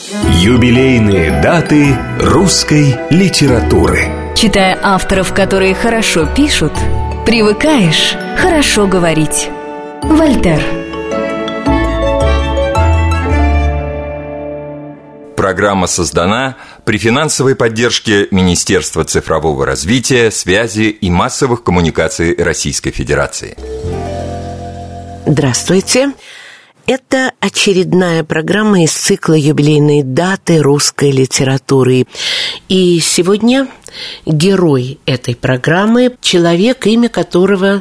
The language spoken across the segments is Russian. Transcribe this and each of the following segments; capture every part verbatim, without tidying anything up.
Юбилейные даты русской литературы. Читая авторов, которые хорошо пишут, привыкаешь хорошо говорить. Вольтер. Программа создана при финансовой поддержке Министерства цифрового развития, связи и массовых коммуникаций Российской Федерации. Здравствуйте. Это очередная программа из цикла «Юбилейные даты русской литературы». И сегодня герой этой программы – человек, имя которого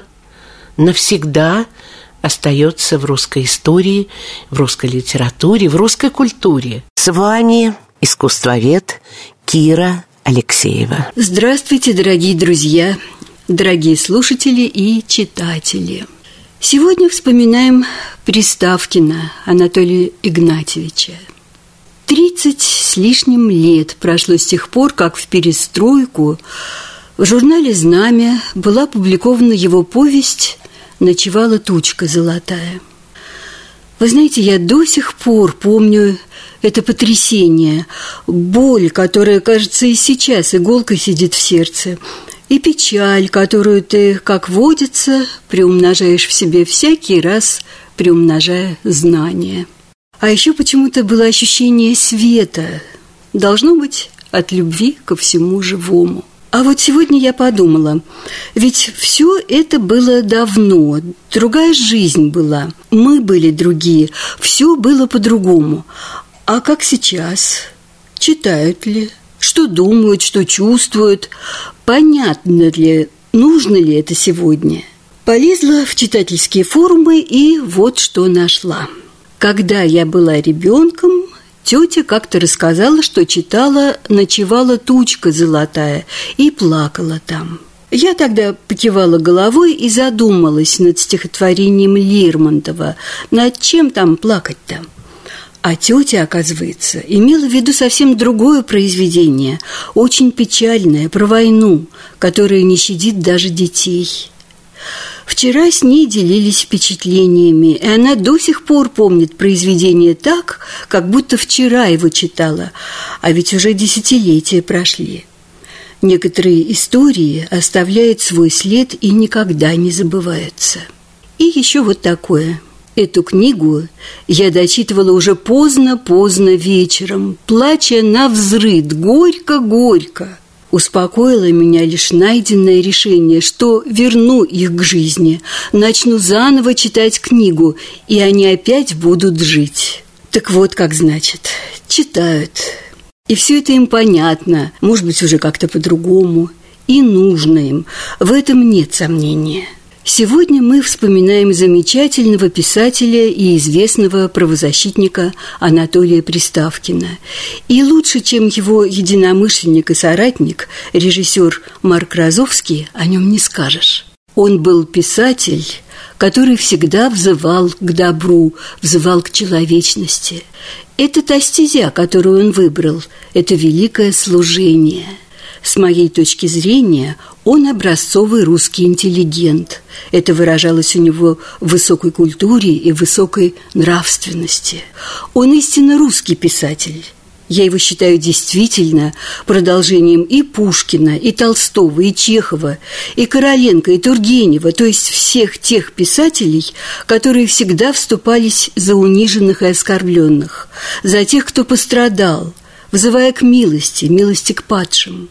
навсегда остается в русской истории, в русской литературе, в русской культуре. С вами искусствовед Кира Алексеева. Здравствуйте, дорогие друзья, дорогие слушатели и читатели. Сегодня вспоминаем Приставкина Анатолия Игнатьевича. Тридцать с лишним лет прошло с тех пор, как в перестройку в журнале «Знамя» была опубликована его повесть «Ночевала тучка золотая». Вы знаете, я до сих пор помню это потрясение, боль, которая, кажется, и сейчас иголкой сидит в сердце, и печаль, которую ты, как водится, приумножаешь в себе всякий раз, приумножая знания. А еще почему-то было ощущение света, должно быть, от любви ко всему живому. А вот сегодня я подумала, ведь все это было давно, другая жизнь была, мы были другие, все было по-другому. А как сейчас? Читают ли? Что думают, что чувствуют? Понятно ли, нужно ли это сегодня? Полезла в читательские форумы и вот что нашла. Когда я была ребенком, тетя как-то рассказала, что читала «Ночевала тучка золотая» и плакала там. Я тогда покивала головой и задумалась над стихотворением Лермонтова, над чем там плакать-то. А тетя, оказывается, имела в виду совсем другое произведение, очень печальное, про войну, которая не щадит даже детей. Вчера с ней делились впечатлениями, и она до сих пор помнит произведение так, как будто вчера его читала, а ведь уже десятилетия прошли. Некоторые истории оставляют свой след и никогда не забываются. И еще вот такое. Эту книгу я дочитывала уже поздно-поздно вечером, плача навзрыд, горько-горько. Успокоило меня лишь найденное решение, что верну их к жизни, начну заново читать книгу, и они опять будут жить. Так вот как значит, читают. И все это им понятно, может быть, уже как-то по-другому, и нужно им, в этом нет сомнения. Сегодня мы вспоминаем замечательного писателя и известного правозащитника Анатолия Приставкина. И лучше, чем его единомышленник и соратник, режиссер Марк Розовский, о нем не скажешь. Он был писатель, который всегда взывал к добру, взывал к человечности. Это та стезя, которую он выбрал, это великое служение. С моей точки зрения, он образцовый русский интеллигент. Это выражалось у него в высокой культуре и высокой нравственности. Он истинно русский писатель. Я его считаю действительно продолжением и Пушкина, и Толстого, и Чехова, и Короленко, и Тургенева, то есть всех тех писателей, которые всегда вступались за униженных и оскорбленных, за тех, кто пострадал, взывая к милости, милости к падшим.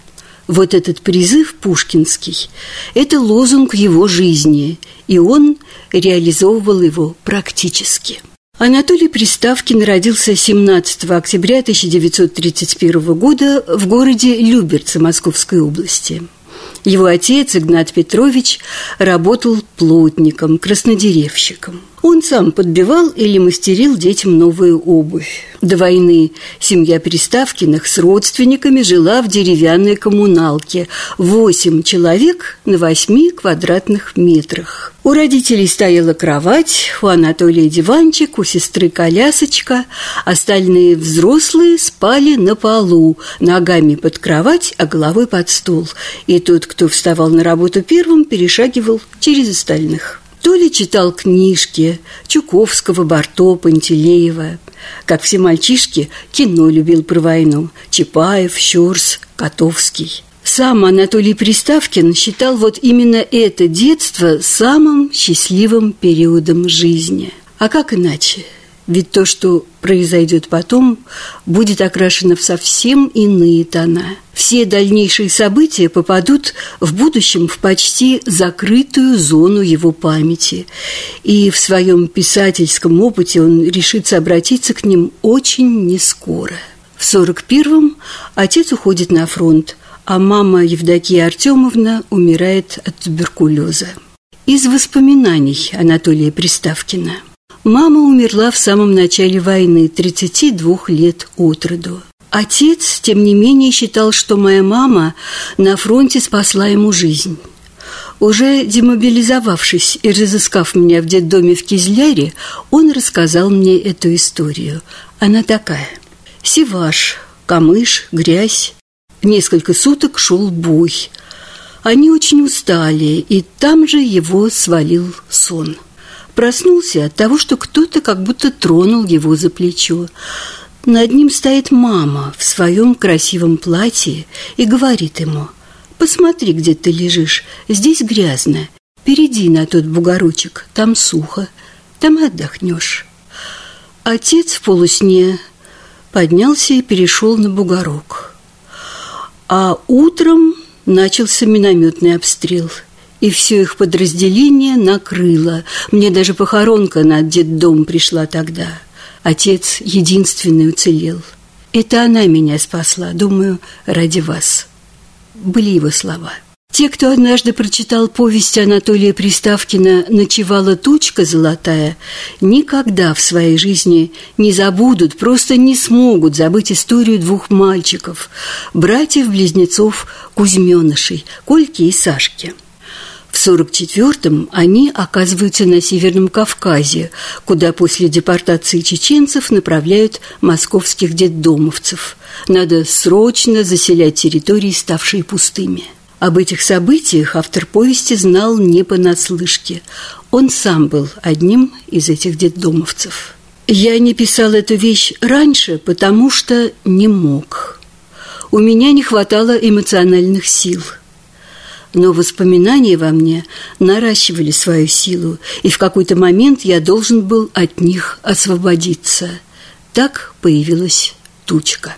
Вот этот призыв пушкинский – это лозунг его жизни, и он реализовывал его практически. Анатолий Приставкин родился семнадцатого октября тысяча девятьсот тридцать первого года в городе Люберцы Московской области. Его отец, Игнат Петрович, работал плотником, краснодеревщиком. Он сам подбивал или мастерил детям новую обувь. До войны семья Приставкиных с родственниками жила в деревянной коммуналке. Восемь человек на восьми квадратных метрах. У родителей стояла кровать, у Анатолия диванчик, у сестры колясочка. Остальные взрослые спали на полу, ногами под кровать, а головой под стол. И тот, кто вставал на работу первым, перешагивал через остальных. То ли читал книжки Чуковского, Барто, Пантелеева, Как все мальчишки, кино любил про войну. Чапаев, Щорс, Котовский. Сам Анатолий Приставкин считал вот именно это детство самым счастливым периодом жизни. А как иначе? Ведь то, что произойдет потом, будет окрашено в совсем иные тона. Все дальнейшие события попадут в будущем в почти закрытую зону его памяти. И в своем писательском опыте он решится обратиться к ним очень нескоро. В сорок первом отец уходит на фронт, а мама Евдокия Артемовна умирает от туберкулеза. Из воспоминаний Анатолия Приставкина. Мама умерла в самом начале войны, тридцати двух лет от роду. Отец, тем не менее, считал, что моя мама на фронте спасла ему жизнь. Уже демобилизовавшись и разыскав меня в детдоме в Кизляре, он рассказал мне эту историю. Она такая. Севаш, камыш, грязь. Несколько суток шел бой. Они очень устали, и там же его свалил сон. Проснулся от того, что кто-то как будто тронул его за плечо. Над ним стоит мама в своем красивом платье и говорит ему: «Посмотри, где ты лежишь, здесь грязно. Перейди на тот бугорочек, там сухо, там отдохнешь». Отец в полусне поднялся и перешел на бугорок. А утром начался минометный обстрел, и все их подразделение накрыло. Мне даже похоронка на детдом пришла тогда. Отец единственный уцелел. Это она меня спасла, думаю, ради вас. Были его слова. Те, кто однажды прочитал повесть Анатолия Приставкина «Ночевала тучка золотая», никогда в своей жизни не забудут, просто не смогут забыть историю двух мальчиков, братьев-близнецов Кузьменышей, Кольки и Сашки. В сорок четвёртом они оказываются на Северном Кавказе, куда после депортации чеченцев направляют московских детдомовцев. Надо срочно заселять территории, ставшие пустыми. Об этих событиях автор повести знал не понаслышке. Он сам был одним из этих детдомовцев. Я не писал эту вещь раньше, потому что не мог. У меня не хватало эмоциональных сил. Но воспоминания во мне наращивали свою силу, и в какой-то момент я должен был от них освободиться. Так появилась тучка.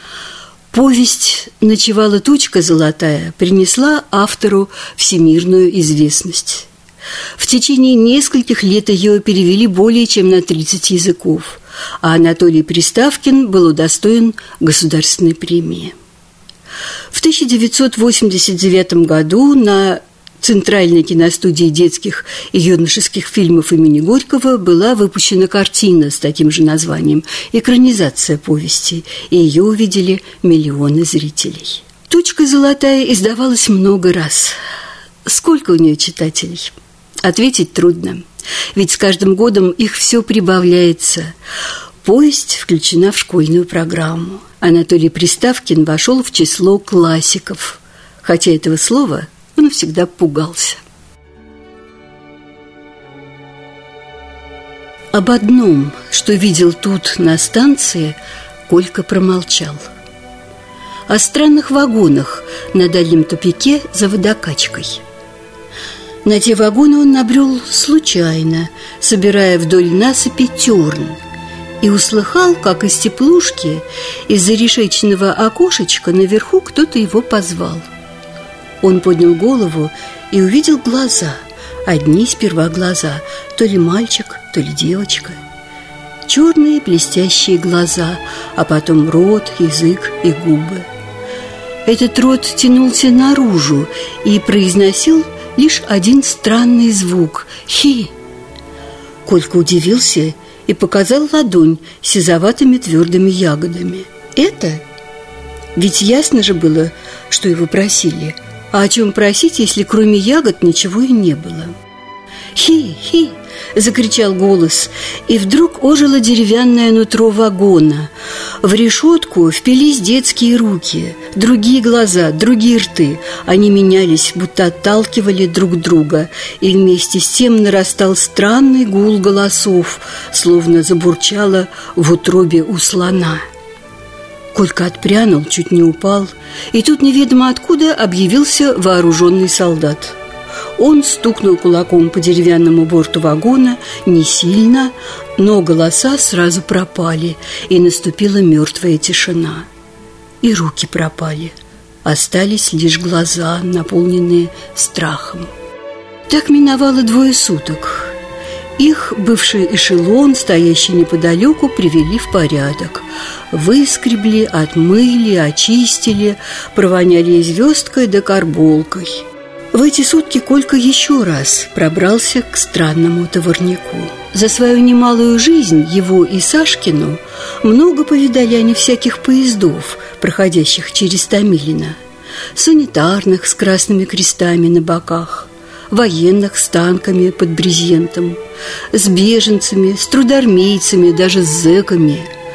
Повесть «Ночевала тучка золотая» принесла автору всемирную известность. В течение нескольких лет ее перевели более чем на тридцать языков, а Анатолий Приставкин был удостоен государственной премии. В тысяча девятьсот восемьдесят девятом году на Центральной киностудии детских и юношеских фильмов имени Горького была выпущена картина с таким же названием «Экранизация повести», и ее увидели миллионы зрителей. «Тучка золотая» издавалась много раз. Сколько у нее читателей? Ответить трудно, ведь с каждым годом их все прибавляется. Повесть включена в школьную программу. Анатолий Приставкин вошел в число классиков, хотя этого слова он всегда пугался. Об одном, что видел тут, на станции, Колька промолчал. О странных вагонах на дальнем тупике за водокачкой. На те вагоны он набрел случайно, собирая вдоль насыпи терн, и услыхал, как из теплушки, из-за решечного окошечка наверху кто-то его позвал. Он поднял голову и увидел глаза, одни сперва глаза, то ли мальчик, то ли девочка. Черные блестящие глаза, а потом рот, язык и губы. Этот рот тянулся наружу и произносил лишь один странный звук – «хи». Колька удивился и показал ладонь с сизоватыми твердыми ягодами. «Это?» Ведь ясно же было, что его просили. А о чем просить, если кроме ягод ничего и не было? «Хи-хи!» – закричал голос, и вдруг ожило деревянное нутро вагона. В решетку впились детские руки, другие глаза, другие рты. Они менялись, будто отталкивали друг друга, и вместе с тем нарастал странный гул голосов, словно забурчало в утробе у слона. Колька отпрянул, чуть не упал, и тут неведомо откуда объявился вооруженный солдат. Он стукнул кулаком по деревянному борту вагона не сильно, но голоса сразу пропали, и наступила мертвая тишина. И руки пропали, остались лишь глаза, наполненные страхом. Так миновало двое суток. Их бывший эшелон, стоящий неподалеку, привели в порядок. Выскребли, отмыли, очистили, провоняли и звездкой да карболкой. В эти сутки Колька еще раз пробрался к странному товарняку. За свою немалую жизнь его и Сашкину много повидали они всяких поездов, проходящих через Томилино. Санитарных с красными крестами на боках, военных с танками под брезентом, с беженцами, с трудоармейцами, даже с зэками.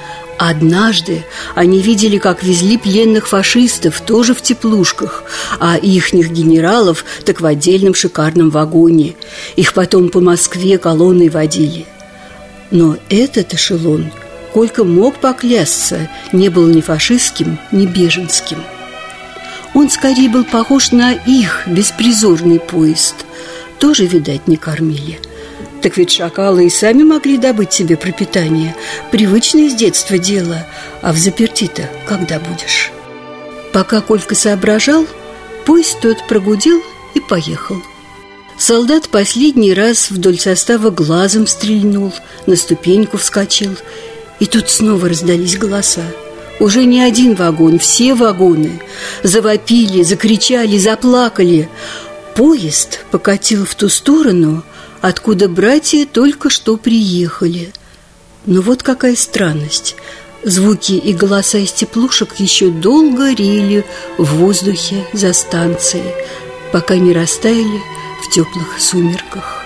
Однажды они видели, как везли пленных фашистов, тоже в теплушках, а ихних генералов так в отдельном шикарном вагоне. Их потом по Москве колонной водили. Но этот эшелон, Колька мог поклясться, не был ни фашистским, ни беженским. Он скорее был похож на их беспризорный поезд. Тоже, видать, не кормили. Так ведь шакалы и сами могли добыть себе пропитание. Привычное с детства дело. А в заперти-то когда будешь? Пока Колька соображал, поезд тот прогудел и поехал. Солдат последний раз вдоль состава глазом стрельнул, на ступеньку вскочил. И тут снова раздались голоса. Уже не один вагон, все вагоны. Завопили, закричали, заплакали. Поезд покатил в ту сторону, откуда братья только что приехали. Но вот какая странность. Звуки и голоса из теплушек еще долго рели в воздухе за станцией, пока не растаяли в теплых сумерках.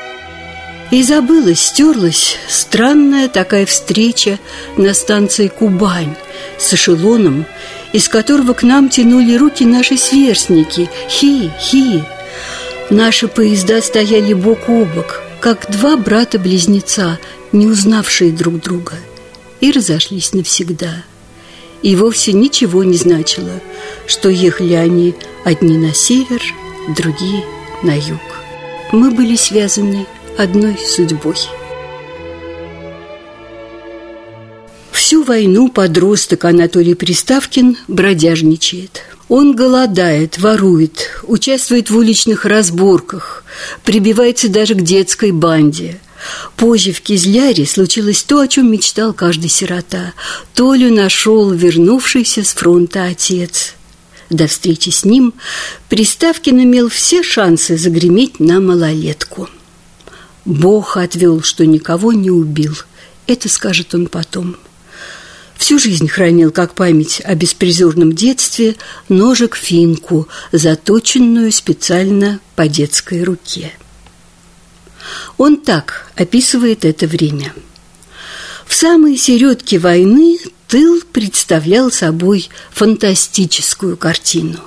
И забылась, стерлась странная такая встреча на станции Кубань с эшелоном, из которого к нам тянули руки наши сверстники. Хи-хи! Наши поезда стояли бок о бок, как два брата-близнеца, не узнавшие друг друга, и разошлись навсегда. И вовсе ничего не значило, что ехали они одни на север, другие на юг. Мы были связаны одной судьбой. Всю войну подросток Анатолий Приставкин бродяжничает. Он голодает, ворует, участвует в уличных разборках, прибивается даже к детской банде. Позже в Кизляре случилось то, о чем мечтал каждый сирота. Толю нашел вернувшийся с фронта отец. До встречи с ним Приставкин имел все шансы загреметь на малолетку. Бог отвел, что никого не убил. Это скажет он потом. Всю жизнь хранил, как память о беспризорном детстве, ножик-финку, заточенную специально по детской руке. Он так описывает это время. В самой середке войны тыл представлял собой фантастическую картину.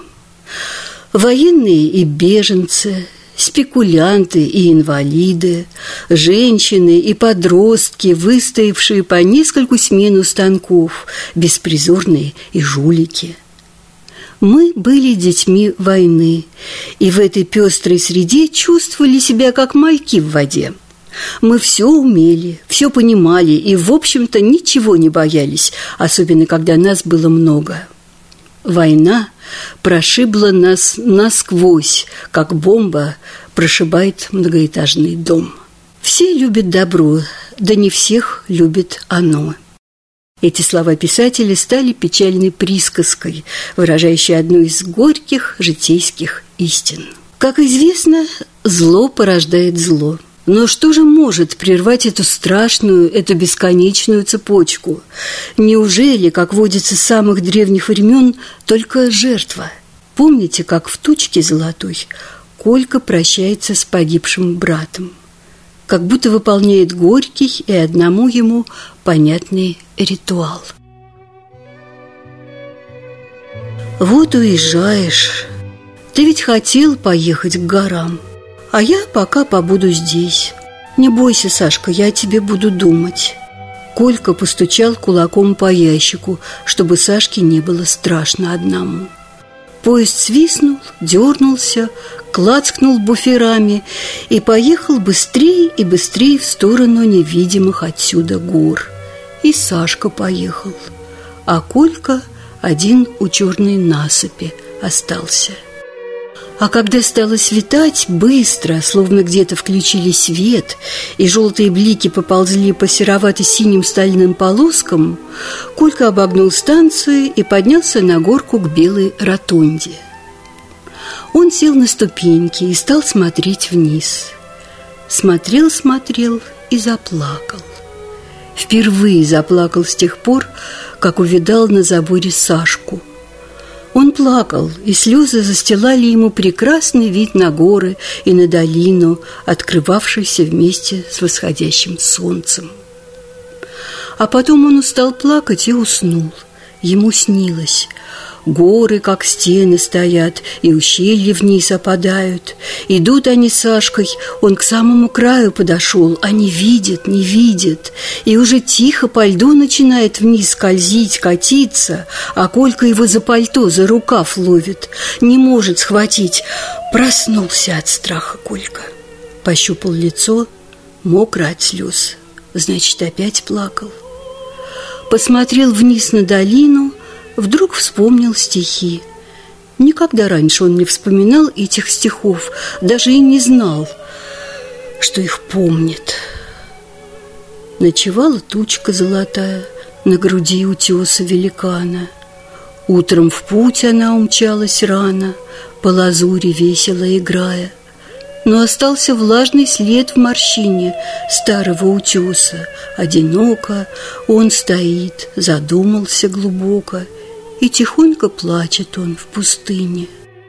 Военные и беженцы, спекулянты и инвалиды, женщины и подростки, выстоявшие по нескольку смен у станков, беспризорные и жулики. Мы были детьми войны, и в этой пестрой среде чувствовали себя как мальки в воде. Мы все умели, все понимали и, в общем-то, ничего не боялись, особенно когда нас было много. Война прошибла нас насквозь, как бомба прошибает многоэтажный дом. Все любят добро, да не всех любит оно. Эти слова писателя стали печальной присказкой, выражающей одну из горьких житейских истин. Как известно, зло порождает зло. Но что же может прервать эту страшную, эту бесконечную цепочку? Неужели, как водится с самых древних времен, только жертва? Помните, как в «Тучке золотой» Колька прощается с погибшим братом? Как будто выполняет горький и одному ему понятный ритуал. Вот уезжаешь. Ты ведь хотел поехать к горам, а я пока побуду здесь. Не бойся, Сашка, я о тебе буду думать». Колька постучал кулаком по ящику, чтобы Сашке не было страшно одному. Поезд свистнул, дернулся, клацкнул буферами и поехал быстрее и быстрее в сторону невидимых отсюда гор. И Сашка поехал, а Колька один у черной насыпи остался. А когда стало светать, быстро, словно где-то включили свет, и желтые блики поползли по серовато-синим стальным полоскам, Колька обогнул станцию и поднялся на горку к белой ротонде. Он сел на ступеньки и стал смотреть вниз. Смотрел, смотрел и заплакал. Впервые заплакал с тех пор, как увидал на заборе Сашку. Он плакал, и слезы застилали ему прекрасный вид на горы и на долину, открывавшийся вместе с восходящим солнцем. А потом он устал плакать и уснул. Ему снилось: горы, как стены, стоят, и ущелья вниз опадают. Идут они с Сашкой, он к самому краю подошел, а не видит, не видит. И уже тихо по льду начинает вниз скользить, катиться, а Колька его за пальто, за рукав ловит. Не может схватить. Проснулся от страха Колька. Пощупал лицо, мокро от слез. Значит, опять плакал. Посмотрел вниз на долину, вдруг вспомнил стихи. Никогда раньше он не вспоминал этих стихов, даже и не знал, что их помнит. Ночевала тучка золотая на груди утеса великана. Утром в путь она умчалась рано, по лазури весело играя. Но остался влажный след в морщине старого утеса. Одиноко он стоит, задумался глубоко, и тихонько плачет он в пустыне.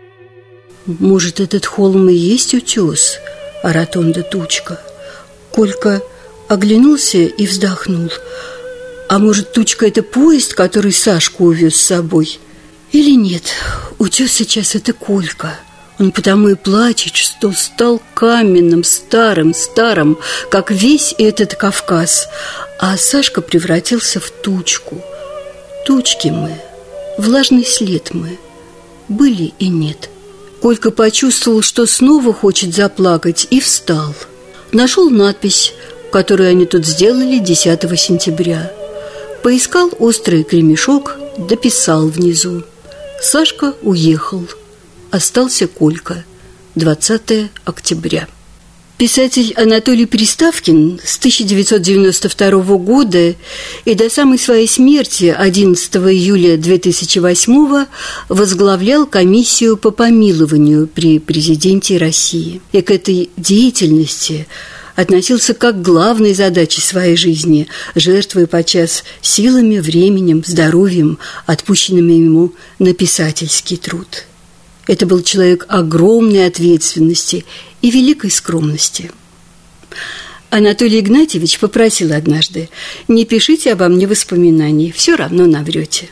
Может, этот холм и есть утес, а ротонда тучка? Колька оглянулся и вздохнул. А может, тучка — это поезд, который Сашку увез с собой? Или нет, утес сейчас — это Колька. Он потому и плачет, что стал каменным, старым, старым, как весь этот Кавказ, а Сашка превратился в тучку. Тучки мы, влажный след мы, были и нет. Колька почувствовал, что снова хочет заплакать, и встал. Нашел надпись, которую они тут сделали десятого сентября. Поискал острый кремешок, дописал внизу: Сашка уехал. Остался Колька. двадцатого октября. Писатель Анатолий Приставкин с тысяча девятьсот девяносто второго года и до самой своей смерти одиннадцатого июля две тысячи восьмого возглавлял комиссию по помилованию при президенте России. И к этой деятельности относился как к главной задаче своей жизни, жертвуя подчас силами, временем, здоровьем, отпущенными ему на писательский труд. Это был человек огромной ответственности и великой скромности. Анатолий Игнатьевич попросил однажды: «Не пишите обо мне воспоминаний, все равно наврете».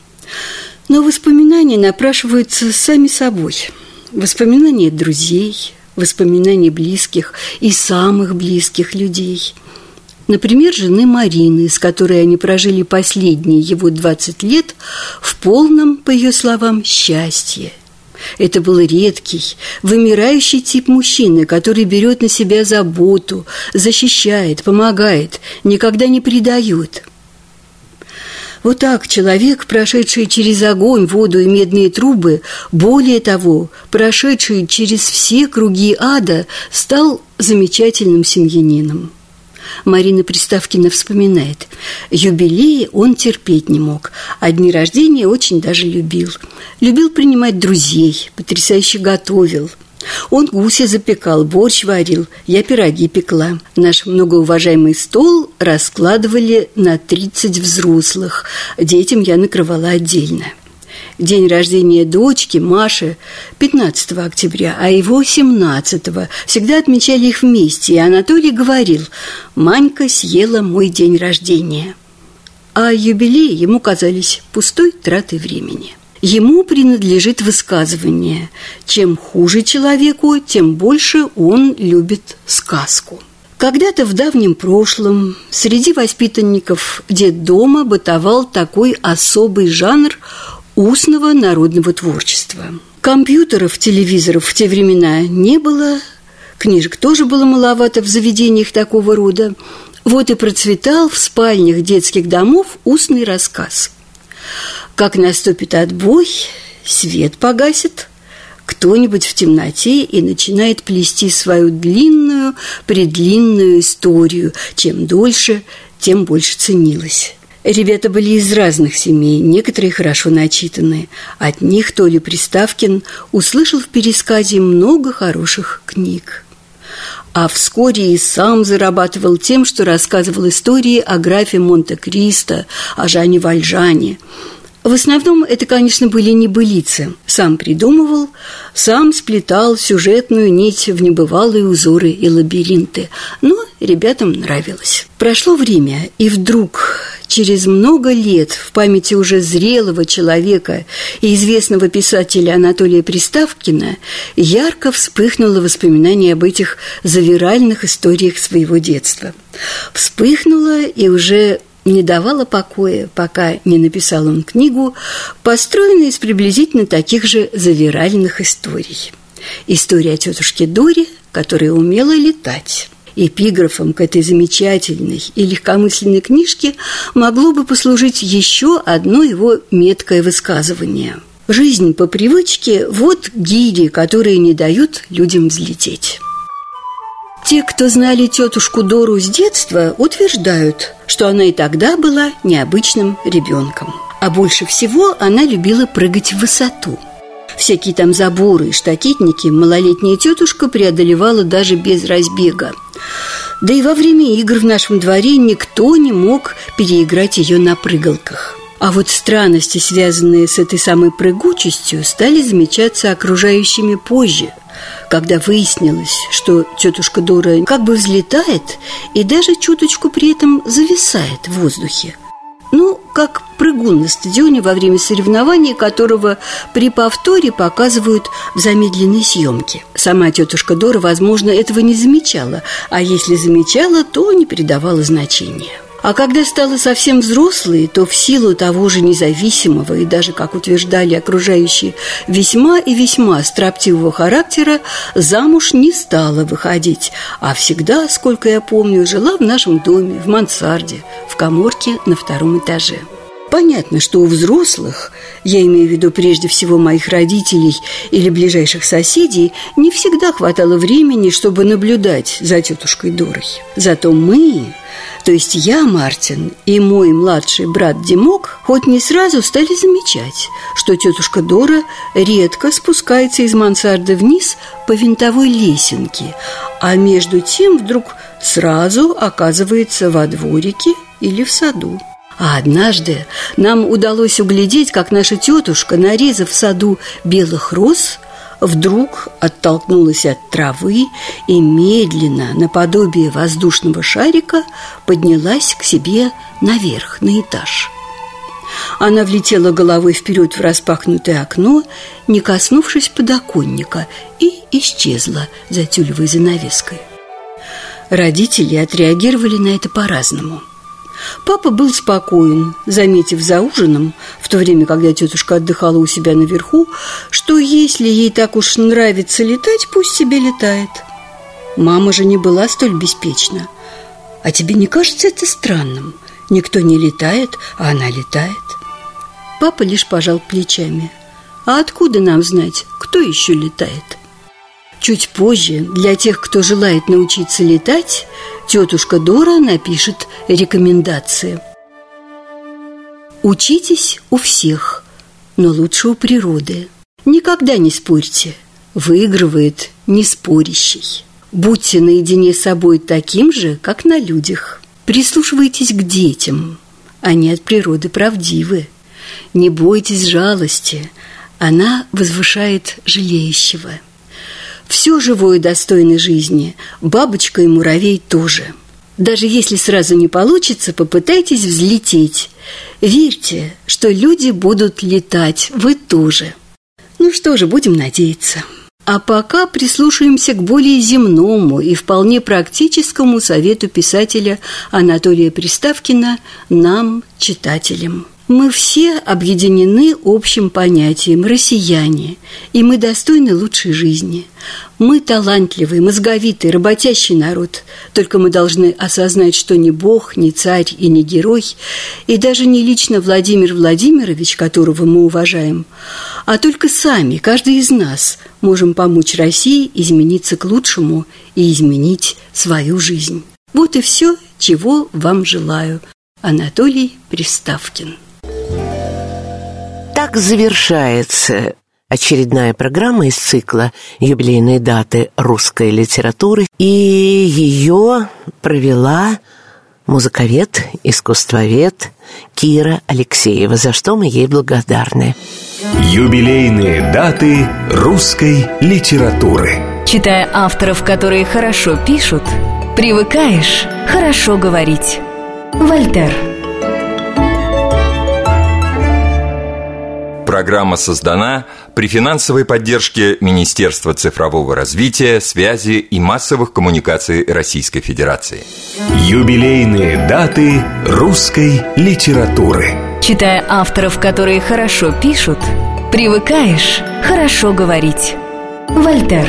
Но воспоминания напрашиваются сами собой. Воспоминания друзей, воспоминания близких и самых близких людей. Например, жены Марины, с которой они прожили последние его двадцать лет в полном, по ее словам, счастье. Это был редкий, вымирающий тип мужчины, который берет на себя заботу, защищает, помогает, никогда не предает. Вот так человек, прошедший через огонь, воду и медные трубы, более того, прошедший через все круги ада, стал замечательным семьянином. Марина Приставкина вспоминает: юбилеи он терпеть не мог, а дни рождения очень даже любил. Любил принимать друзей, потрясающе готовил. Он гуся запекал, борщ варил, я пироги пекла. Наш многоуважаемый стол раскладывали на тридцать взрослых. Детям я накрывала отдельно. День рождения дочки Маши пятнадцатого октября, а его семнадцатого. Всегда отмечали их вместе, и Анатолий говорил: «Манька съела мой день рождения». А юбилеи ему казались пустой тратой времени. Ему принадлежит высказывание: чем хуже человеку, тем больше он любит сказку. Когда-то в давнем прошлом среди воспитанников детдома бытовал такой особый жанр устного народного творчества. Компьютеров, телевизоров в те времена не было, книжек тоже было маловато в заведениях такого рода. Вот и процветал в спальнях детских домов устный рассказ. Как наступит отбой, свет погасит, кто-нибудь в темноте и начинает плести свою длинную, предлинную историю. Чем дольше, тем больше ценилось. Ребята были из разных семей, некоторые хорошо начитанные. От них Толя Приставкин услышал в пересказе много хороших книг. А вскоре и сам зарабатывал тем, что рассказывал истории о графе Монте-Кристо, о Жане Вальжане. В основном это, конечно, были небылицы. Сам придумывал, сам сплетал сюжетную нить в небывалые узоры и лабиринты. Но ребятам нравилось. Прошло время, и вдруг, через много лет, в памяти уже зрелого человека и известного писателя Анатолия Приставкина ярко вспыхнуло воспоминание об этих завиральных историях своего детства. Вспыхнуло и уже не давала покоя, пока не написал он книгу, построенную из приблизительно таких же завиральных историй. История о тетушке Доре, которая умела летать. Эпиграфом к этой замечательной и легкомысленной книжке могло бы послужить еще одно его меткое высказывание. «Жизнь по привычке – вот гири, которые не дают людям взлететь». Те, кто знали тетушку Дору с детства, утверждают, что она и тогда была необычным ребенком. А больше всего она любила прыгать в высоту. Всякие там заборы и штакетники малолетняя тетушка преодолевала даже без разбега. Да и во время игр в нашем дворе никто не мог переиграть ее на прыгалках. А вот странности, связанные с этой самой прыгучестью, стали замечаться окружающими позже, когда выяснилось, что тетушка Дора как бы взлетает и даже чуточку при этом зависает в воздухе. Ну, как прыгун на стадионе во время соревнования, которого при повторе показывают в замедленной съемке. Сама тетушка Дора, возможно, этого не замечала, а если замечала, то не придавала значения. А когда стала совсем взрослой, то в силу того же независимого и даже, как утверждали окружающие, весьма и весьма строптивого характера, замуж не стала выходить, а всегда, сколько я помню, жила в нашем доме, в мансарде, в каморке на втором этаже. Понятно, что у взрослых, я имею в виду прежде всего моих родителей или ближайших соседей, не всегда хватало времени, чтобы наблюдать за тетушкой Дорой. Зато мы, то есть я, Мартин, и мой младший брат Димок, хоть не сразу стали замечать, что тетушка Дора редко спускается из мансарды вниз по винтовой лесенке, а между тем вдруг сразу оказывается во дворике или в саду. А однажды нам удалось углядеть, как наша тетушка, нарезав в саду белых роз, вдруг оттолкнулась от травы и медленно, наподобие воздушного шарика, поднялась к себе наверх, на этаж. Она влетела головой вперед в распахнутое окно, не коснувшись подоконника, и исчезла за тюлевой занавеской. Родители отреагировали на это по-разному. Папа был спокоен, заметив за ужином, в то время, когда тетушка отдыхала у себя наверху, что если ей так уж нравится летать, пусть себе летает. Мама же не была столь беспечна. А тебе не кажется это странным? Никто не летает, а она летает. Папа лишь пожал плечами. А откуда нам знать, кто еще летает? Чуть позже, для тех, кто желает научиться летать, тетушка Дора напишет рекомендации. Учитесь у всех, но лучше у природы. Никогда не спорьте, выигрывает неспорящий. Будьте наедине с собой таким же, как на людях. Прислушивайтесь к детям, они от природы правдивы. Не бойтесь жалости, она возвышает жалеющего. Все живое достойно жизни, бабочка и муравей тоже. Даже если сразу не получится, попытайтесь взлететь. Верьте, что люди будут летать, вы тоже. Ну что же, будем надеяться. А пока прислушаемся к более земному и вполне практическому совету писателя Анатолия Приставкина нам, читателям. Мы все объединены общим понятием «россияне», и мы достойны лучшей жизни. Мы талантливый, мозговитый, работящий народ, только мы должны осознать, что ни Бог, ни царь и ни герой, и даже не лично Владимир Владимирович, которого мы уважаем, а только сами, каждый из нас, можем помочь России измениться к лучшему и изменить свою жизнь. Вот и все, чего вам желаю. Анатолий Приставкин. Так завершается очередная программа из цикла «Юбилейные даты русской литературы», и ее провела музыковед, искусствовед Кира Алексеева, за что мы ей благодарны. Юбилейные даты русской литературы. Читая авторов, которые хорошо пишут, привыкаешь хорошо говорить. Вольтер. Программа создана при финансовой поддержке Министерства цифрового развития, связи и массовых коммуникаций Российской Федерации. Юбилейные даты русской литературы. Читая авторов, которые хорошо пишут, привыкаешь хорошо говорить. Вольтер.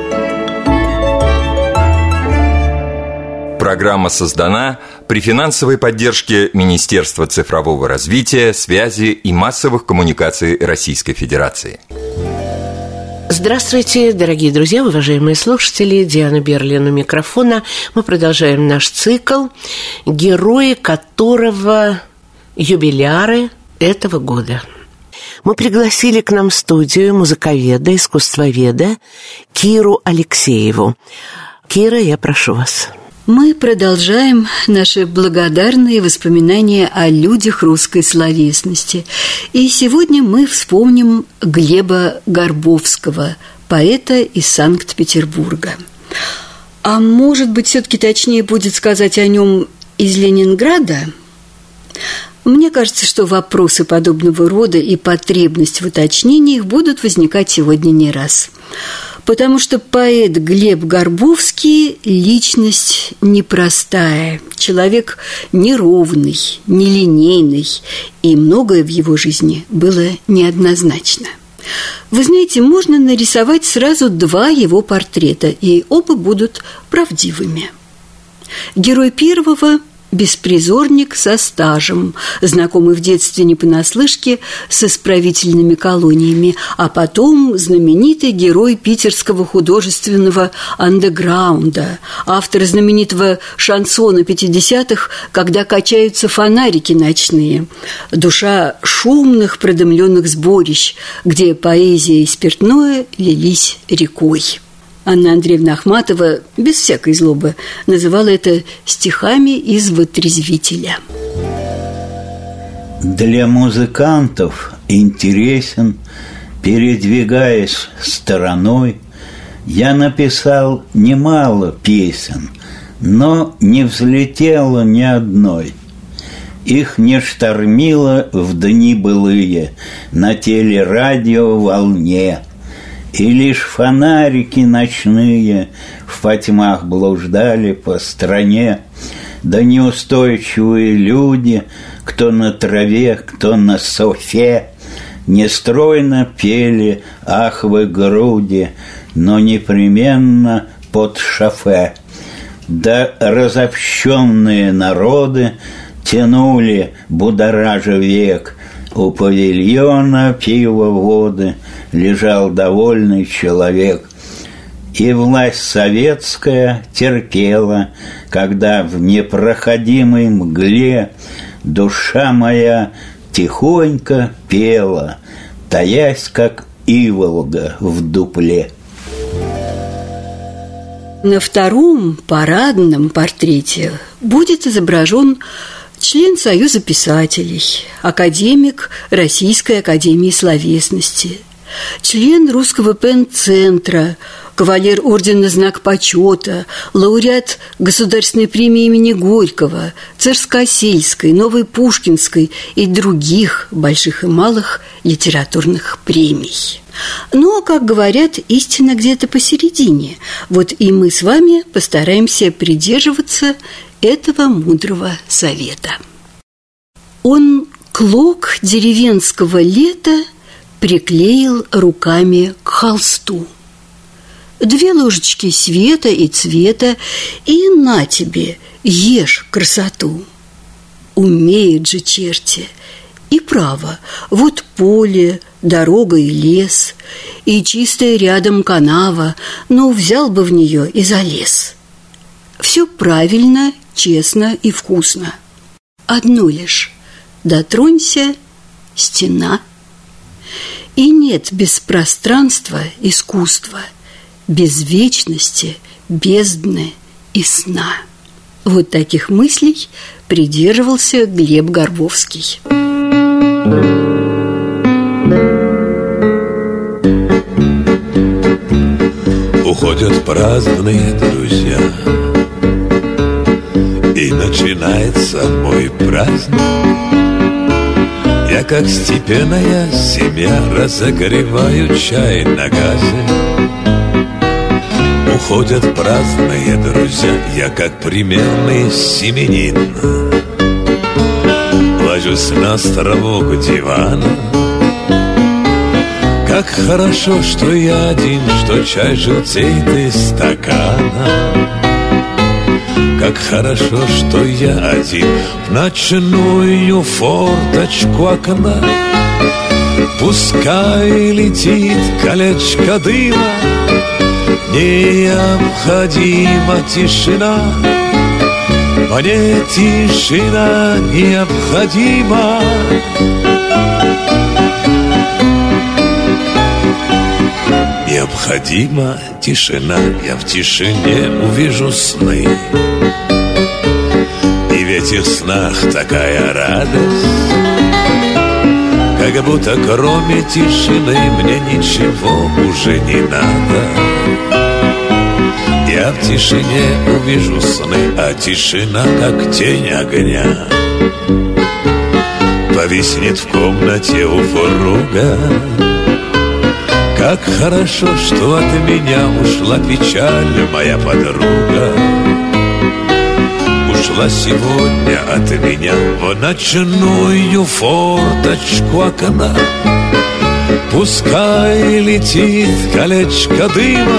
Программа создана при финансовой поддержке Министерства цифрового развития, связи и массовых коммуникаций Российской Федерации. Здравствуйте, дорогие друзья, уважаемые слушатели. Диана Берлин у микрофона. Мы продолжаем наш цикл, герои которого юбиляры этого года. Мы пригласили к нам в студию музыковеда, искусствоведа Киру Алексееву. Кира, я прошу вас. Мы продолжаем наши благодарные воспоминания о людях русской словесности. И сегодня мы вспомним Глеба Горбовского, поэта из Санкт-Петербурга. А может быть, все-таки точнее будет сказать о нем из Ленинграда? Мне кажется, что вопросы подобного рода и потребность в уточнениях будут возникать сегодня не раз. Потому что поэт Глеб Горбовский – личность непростая, человек неровный, нелинейный, и многое в его жизни было неоднозначно. Вы знаете, можно нарисовать сразу два его портрета, и оба будут правдивыми. Герой первого – беспризорник со стажем, знакомый в детстве не понаслышке с исправительными колониями, а потом знаменитый герой питерского художественного андеграунда, автор знаменитого шансона пятидесятых «Когда качаются фонарики ночные», душа шумных продымленных сборищ, где поэзия и спиртное лились рекой. Анна Андреевна Ахматова, без всякой злобы, называла это стихами из «Вотрезвителя». Для музыкантов интересен, передвигаясь стороной, я написал немало песен, но не взлетело ни одной. Их не штормило в дни былые на телерадиоволне, и лишь фонарики ночные в потьмах блуждали по стране, да неустойчивые люди, кто на траве, кто на софе, нестройно пели «Ах вы груди», но непременно под шофе. Да разобщенные народы тянули, будоража век, у павильона пивоводы лежал довольный человек. И власть советская терпела, когда в непроходимой мгле душа моя тихонько пела, таясь, как иволга в дупле. На втором парадном портрете будет изображен член Союза писателей, академик Российской академии словесности, член Русского пен-центра, кавалер ордена «Знак почета», лауреат Государственной премии имени Горького, Царскосельской, Новой Пушкинской и других больших и малых литературных премий. Но, как говорят, истина где-то посередине. Вот и мы с вами постараемся придерживаться этого мудрого совета. Он клок деревенского лета приклеил руками к холсту. Две ложечки света и цвета, и на тебе, ешь красоту. Умеют же черти. И право, вот поле, дорога и лес, и чистая рядом канава, но взял бы в нее и залез. Все правильно, честно и вкусно. Одно лишь — дотронься — стена. И нет без пространства искусства, без вечности, бездны и сна. Вот таких мыслей придерживался Глеб Горбовский. Уходят праздные друзья, и начинается мой праздник. Я, как степенная семья, разогреваю чай на газе. Уходят праздные друзья, я, как примерный семенин, ложусь на островок дивана. Как хорошо, что я один, что чай желтеет из стакана. Как хорошо, что я один в ночную форточку окна. Пускай летит колечко дыма, необходима тишина. Мне тишина необходима. Необходима тишина, я в тишине увижу сны. И в этих снах такая радость, как будто кроме тишины мне ничего уже не надо. Я в тишине увижу сны, а тишина, как тень огня, повиснет в комнате у порога. Как хорошо, что от меня ушла печаль, моя подруга. Ушла сегодня от меня в ночную форточку окна. Пускай летит колечко дыма,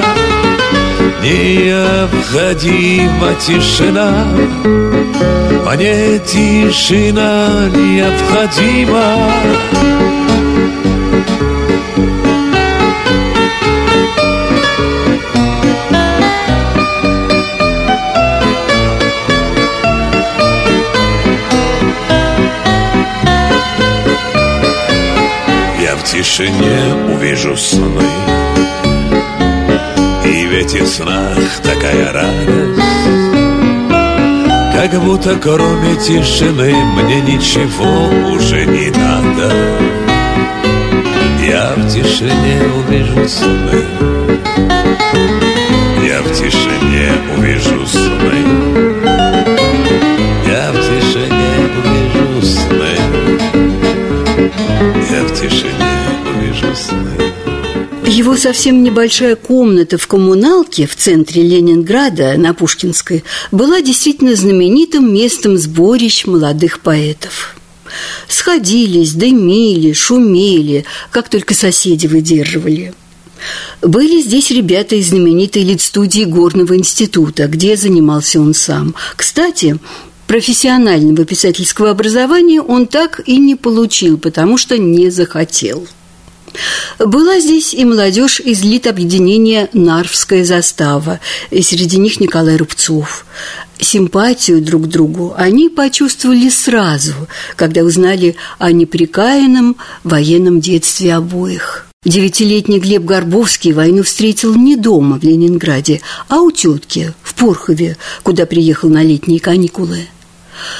необходима тишина. Мне тишина необходима. В тишине увижу сны, и в этих снах такая радость, как будто кроме тишины мне ничего уже не надо. Я в тишине увижу сны, я в тишине увижу сны, я в тишине увижу сны, я в тишине увижу сны. Его совсем небольшая комната в коммуналке в центре Ленинграда на Пушкинской была действительно знаменитым местом сборищ молодых поэтов. Сходились, дымили, шумели, как только соседи выдерживали. Были здесь ребята из знаменитой литстудии Горного института, где занимался он сам. Кстати, профессионального писательского образования он так и не получил, потому что не захотел. Была здесь и молодежь из литобъединения «Нарвская застава», и среди них Николай Рубцов. Симпатию друг к другу они почувствовали сразу, когда узнали о непрекаянном военном детстве обоих. Девятилетний Глеб Горбовский войну встретил не дома в Ленинграде, а у тетки в Порхове, куда приехал на летние каникулы.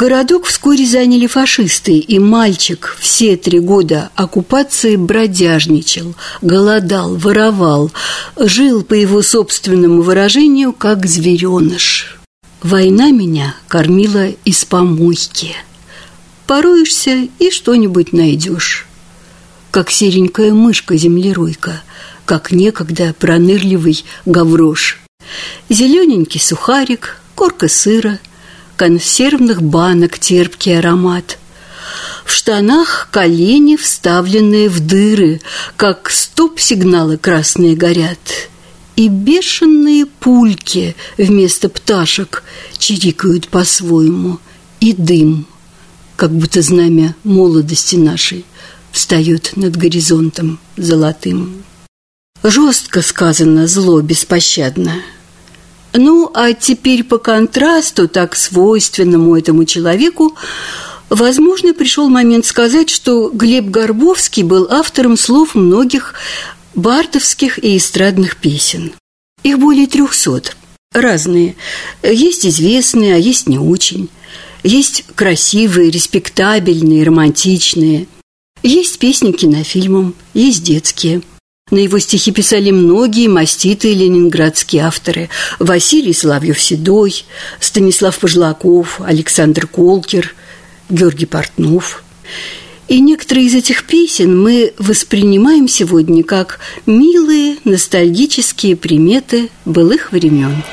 Городок вскоре заняли фашисты, и мальчик все три года оккупации бродяжничал, голодал, воровал, жил, по его собственному выражению, как звереныш. Война меня кормила из помойки. Пороешься и что-нибудь найдешь. Как серенькая мышка-землеройка, как некогда пронырливый гаврош. Зелененький сухарик, корка сыра, консервных банок терпкий аромат. В штанах колени, вставленные в дыры, как стоп-сигналы красные горят. И бешеные пульки вместо пташек чирикают по-своему. И дым, как будто знамя молодости нашей, встает над горизонтом золотым. Жестко сказано, зло беспощадно. Ну, а теперь по контрасту, так свойственному этому человеку, возможно, пришел момент сказать, что Глеб Горбовский был автором слов многих бардовских и эстрадных песен. Их более трехсот, разные. Есть известные, а есть не очень. Есть красивые, респектабельные, романтичные. Есть песни кинофильмам, есть детские. На его стихи писали многие маститые ленинградские авторы. Василий Соловьев-Седой, Станислав Пожлаков, Александр Колкер, Георгий Портнов. И некоторые из этих песен мы воспринимаем сегодня как милые ностальгические приметы былых времен.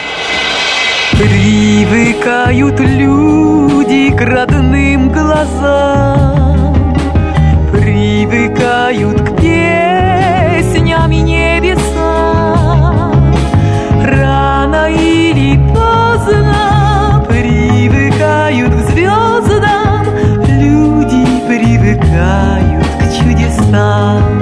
Привыкают люди к родным глазам, привыкают к песням и небесам. Рано или поздно привыкают к звездам, люди привыкают к чудесам.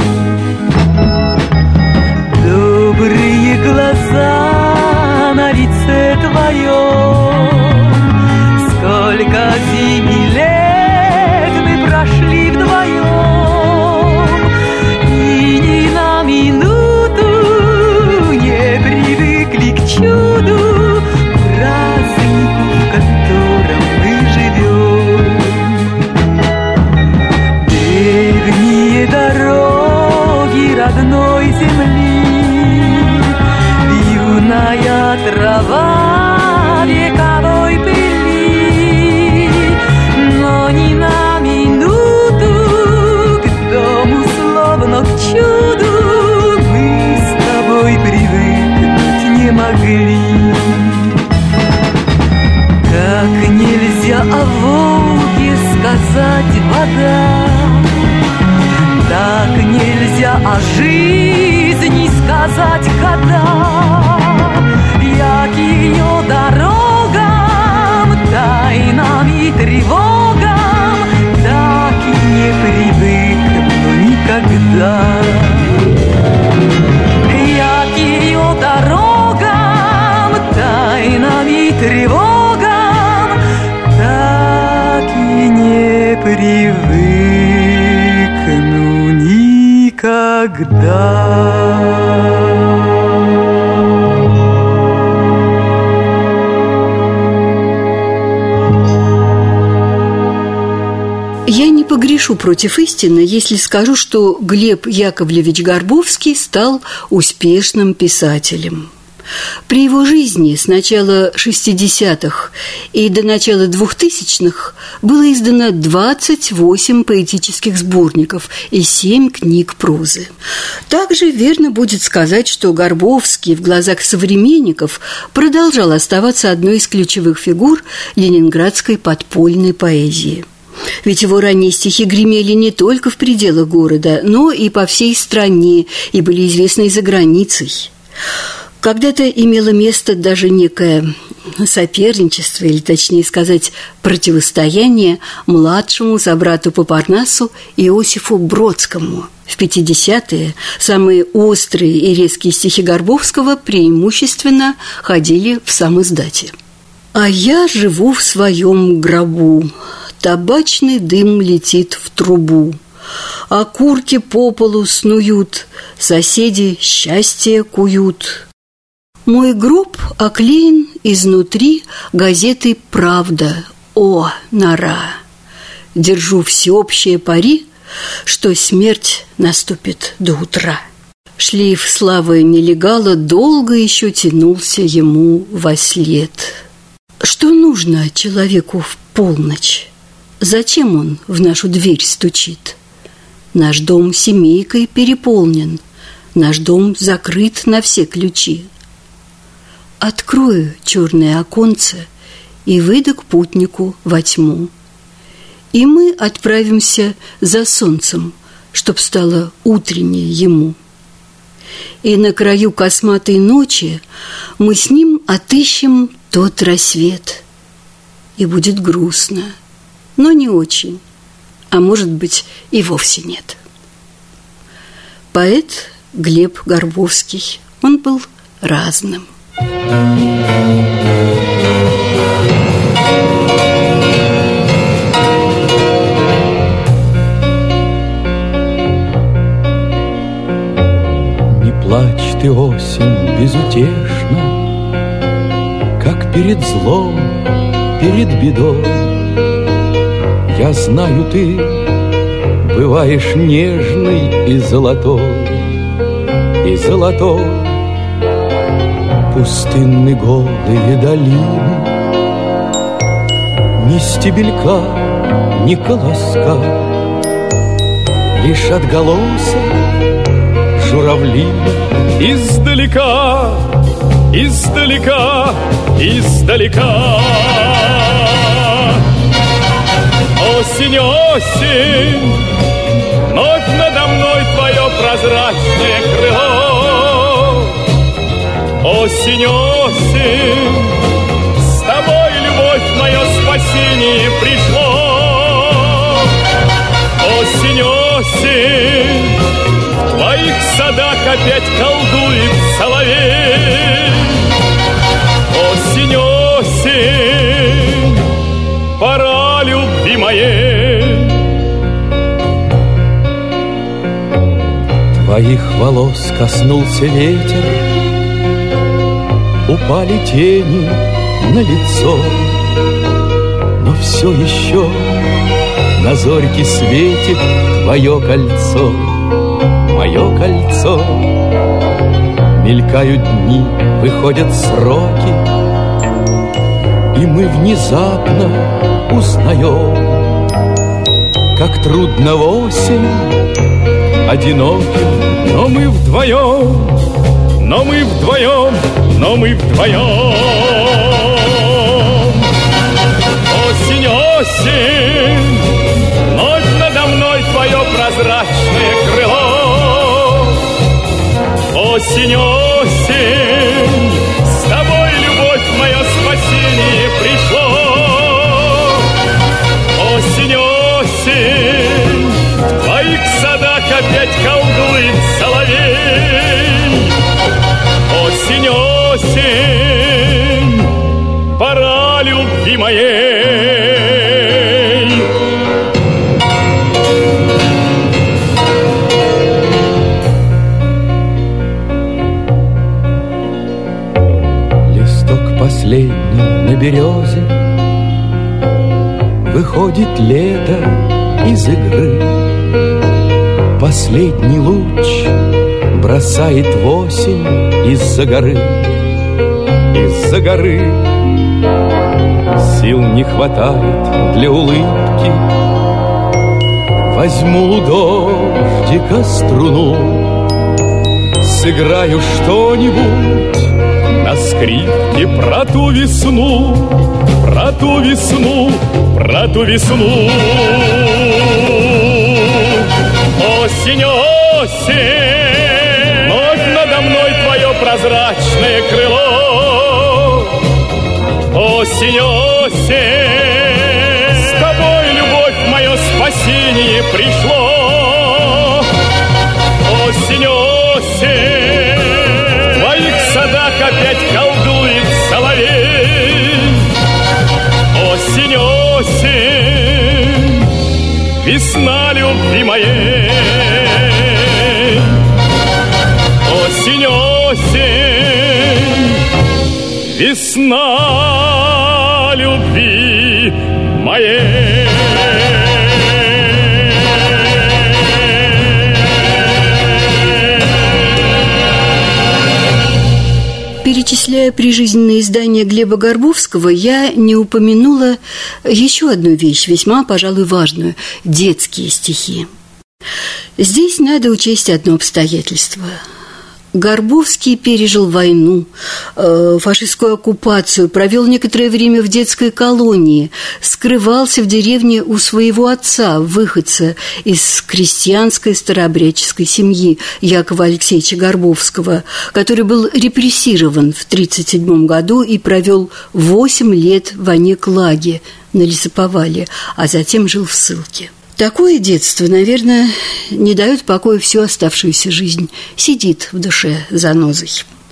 Добрые глаза на лице твоем, сколько зимних лет мы прошли вдвоем, и ни на минуту не привыкли к чуду, празднику, в котором мы живем. Древние дороги родной земли, юная трава вековой пыли, но ни на минуту к дому, словно к чуду, мы с тобой привыкнуть не могли. Как нельзя о Волге сказать вода, так нельзя о жизни сказать года. Як ее дорогам, тайнам и тревогам, так и не привыкну никогда. Як ее дорогам, тайнам и тревогам, так и не привыкну никогда. Я не погрешу против истины, если скажу, что Глеб Яковлевич Горбовский стал успешным писателем. При его жизни с начала шестидесятых и до начала двухтысячных было издано двадцать восемь поэтических сборников и семь книг прозы. Также верно будет сказать, что Горбовский в глазах современников продолжал оставаться одной из ключевых фигур ленинградской подпольной поэзии. Ведь его ранние стихи гремели не только в пределах города, но и по всей стране, и были известны и за границей. Когда-то имело место даже некое соперничество, или точнее сказать, противостояние младшему собрату по Парнасу Иосифу Бродскому. В пятидесятые самые острые и резкие стихи Горбовского преимущественно ходили в самиздате. «А я живу в своем гробу, табачный дым летит в трубу, окурки по полу снуют, соседи счастье куют. Мой гроб оклеен изнутри газетой «Правда». О, нора! Держу всеобщее пари, что смерть наступит до утра. Шлейф славы нелегала долго еще тянулся ему вослед. Что нужно человеку в полночь? Зачем он в нашу дверь стучит? Наш дом семейкой переполнен, наш дом закрыт на все ключи. Открою черное оконце и выйду к путнику во тьму. И мы отправимся за солнцем, чтоб стало утреннее ему. И на краю косматой ночи мы с ним отыщем тот рассвет. И будет грустно, но не очень, а может быть и вовсе нет. Поэт Глеб Горбовский, он был разным. Плачь ты, осень, безутешно, как перед злом, перед бедой. Я знаю, ты бываешь нежной и золотой, и золотой. Пустынны голые долины, ни стебелька, ни колоска, лишь отголосок журавлина. Издалека, издалека, издалека. Осень, осень, вновь надо мной твое прозрачное крыло. Осень, осень, с тобой, любовь, мое спасение пришло. Осень, осень, в твоих садах опять колдует соловей. Осень, осень, пора любви моей. Твоих волос коснулся ветер, упали тени на лицо, но все еще на зорьке светит твое кольцо. Мое кольцо. Мелькают дни, выходят сроки, и мы внезапно узнаем, как трудно в осень одиноким. Но мы вдвоем, но мы вдвоем, но мы вдвоем. Осень, осень, вновь надо мной твое прозрачное крыло. Осень, осень, с тобой, любовь, мое спасение пришло. Осень, осень, в твоих садах опять колдует соловей. Осень, осень, пора любви моей. Последний на березе выходит лето из игры. Последний луч бросает в осень из-за горы, из-за горы. Сил не хватает для улыбки. Возьму у дождика струну, сыграю что-нибудь на скрипке про ту весну, про ту весну, про ту весну. Осень, осень, вновь надо мной твое прозрачное крыло. Осень, осень, с тобой, любовь, мое спасение пришло. Осень, осень, в твоих садах опять колдует соловей. Осень, осень, весна любви моей. Осень, осень, весна любви моей. Перечисляя прижизненные издания Глеба Горбовского, я не упомянула еще одну вещь, весьма, пожалуй, важную – детские стихи. Здесь надо учесть одно обстоятельство. Горбовский пережил войну, э, фашистскую оккупацию, провел некоторое время в детской колонии, скрывался в деревне у своего отца, выходца из крестьянской старообрядческой семьи Якова Алексеевича Горбовского, который был репрессирован в тридцать седьмом году и провел восемь лет в Онег-Лаге на лесоповале, а затем жил в ссылке. Такое детство, наверное, не дает покоя всю оставшуюся жизнь, сидит в душе занозой.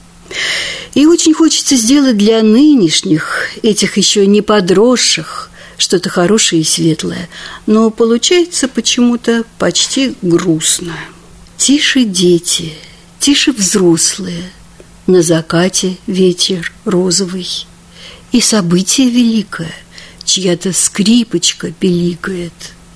И очень хочется сделать для нынешних, этих еще не подросших, что-то хорошее и светлое, но получается почему-то почти грустно. Тише дети, тише взрослые, на закате ветер розовый, и событие великое, чья-то скрипочка пиликает.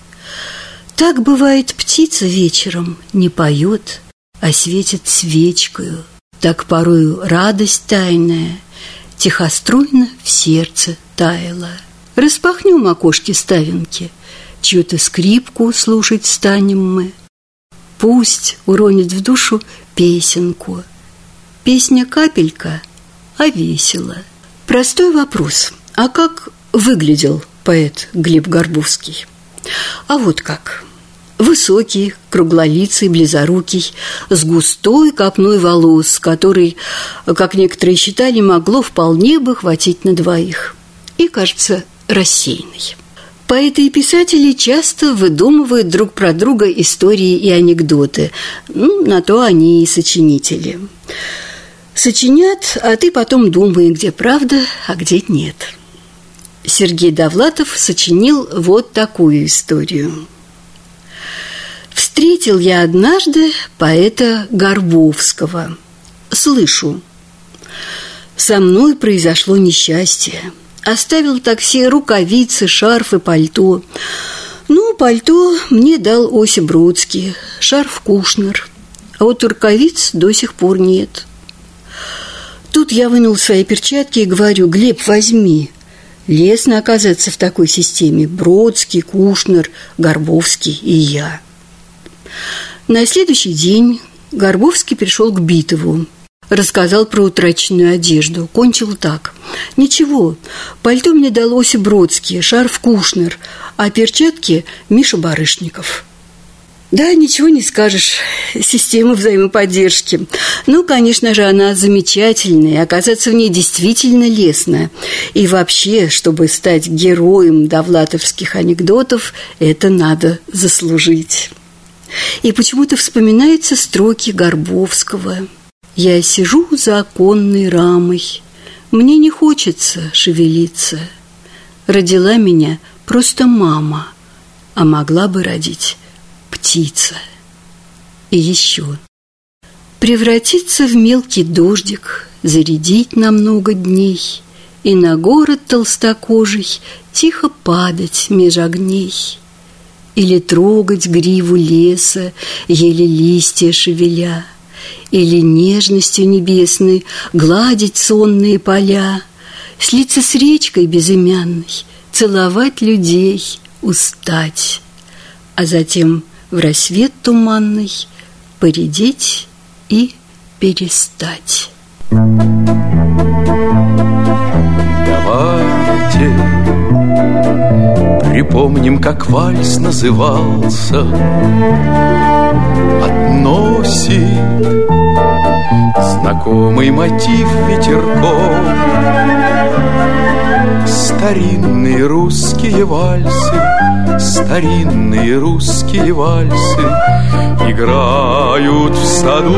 Так бывает, птица вечером не поет, а светит свечкою. Так порою радость тайная тихоструйно в сердце таяла. Распахнем окошки ставенки, чью-то скрипку слушать станем мы. Пусть уронит в душу песенку. Песня капелька, а весело. Простой вопрос. А как выглядел поэт Глеб Горбовский? А вот как. Высокий, круглолицый, близорукий, с густой копной волос, который, как некоторые считали, могло вполне бы хватить на двоих. И, кажется, рассеянный. Поэты и писатели часто выдумывают друг про друга истории и анекдоты. Ну, на то они и сочинители. Сочинят, а ты потом думай, где правда, а где нет. Сергей Довлатов сочинил вот такую историю. Встретил я однажды поэта Горбовского. Слышу, со мной произошло несчастье. Оставил такси, рукавицы, шарф и пальто. Ну, пальто мне дал Осип Бродский, шарф Кушнер, а вот рукавиц до сих пор нет. Тут я вынул свои перчатки и говорю: Глеб, возьми. Лестно оказаться в такой системе: Бродский, Кушнер, Горбовский и я. На следующий день Горбовский пришел к Битову, рассказал про утраченную одежду. Кончил так: ничего, пальто мне дал Осип Бродский, шарф Кушнер, а перчатки Миша Барышников. Да, ничего не скажешь, система взаимоподдержки. Ну, конечно же, она замечательная, оказаться в ней действительно лестно. И вообще, чтобы стать героем довлатовских анекдотов, это надо заслужить. И почему-то вспоминаются строки Горбовского. «Я сижу за оконной рамой, мне не хочется шевелиться. Родила меня просто мама, а могла бы родить птица». И еще: превратиться в мелкий дождик, зарядить на много дней и на город толстокожий тихо падать меж огней. Или трогать гриву леса, еле листья шевеля, или нежностью небесной гладить сонные поля, слиться с речкой безымянной, целовать людей, устать, а затем в рассвет туманный поредеть и перестать. Давайте припомним, как вальс назывался. Относит знакомый мотив ветерком. Старинные русские вальсы, старинные русские вальсы играют в саду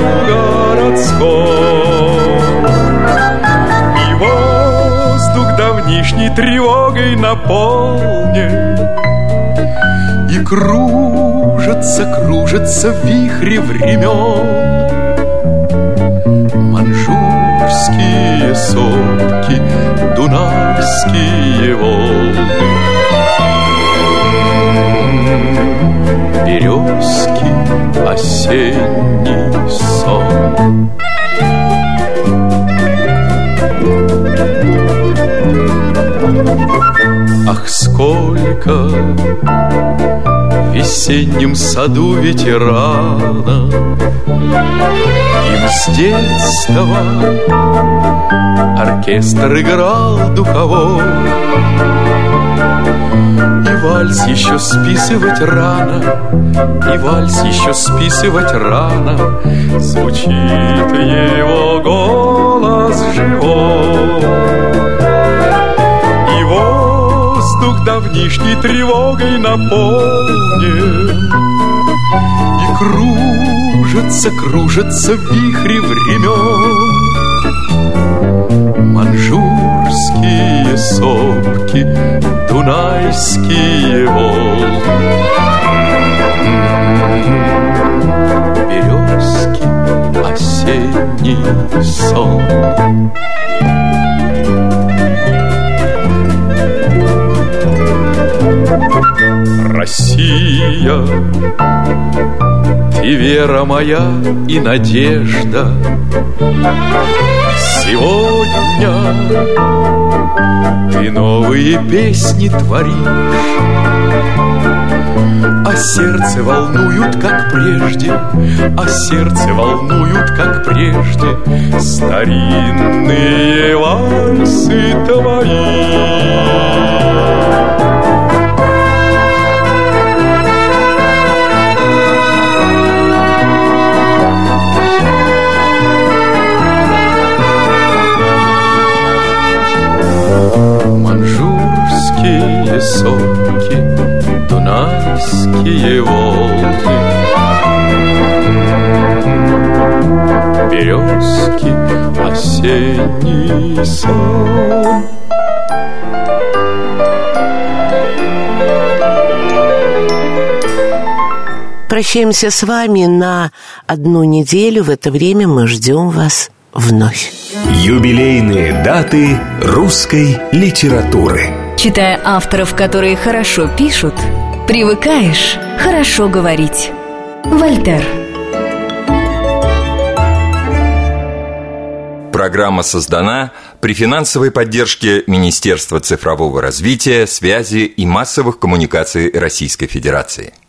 городском. И воздух давнишней тревогой наполнен, и кружатся, кружатся в вихре времен маньчжурские соки, дунайские волны. березки осенний сон. Ах, сколько в весеннем саду ветерана, им с детства оркестр играл духовой. И вальс еще списывать рано, и вальс еще списывать рано, звучит его голос живой. И воздух давнишней тревогой наполнен, и кружатся, кружатся вихри времен. Манжурские сопки, дунайские волны, березки осенний сон. Россия, ты вера моя и надежда. Сегодня ты новые песни творишь, а сердце волнуют, как прежде, а сердце волнуют, как прежде, старинные вальсы твои. Манжурские сопки, дунайские волны, березки осенний сон. Прощаемся с вами на одну неделю. В это время мы ждем вас вновь. Юбилейные даты русской литературы. Читая авторов, которые хорошо пишут, привыкаешь хорошо говорить. Вольтер. Программа создана при финансовой поддержке Министерства цифрового развития, связи и массовых коммуникаций Российской Федерации.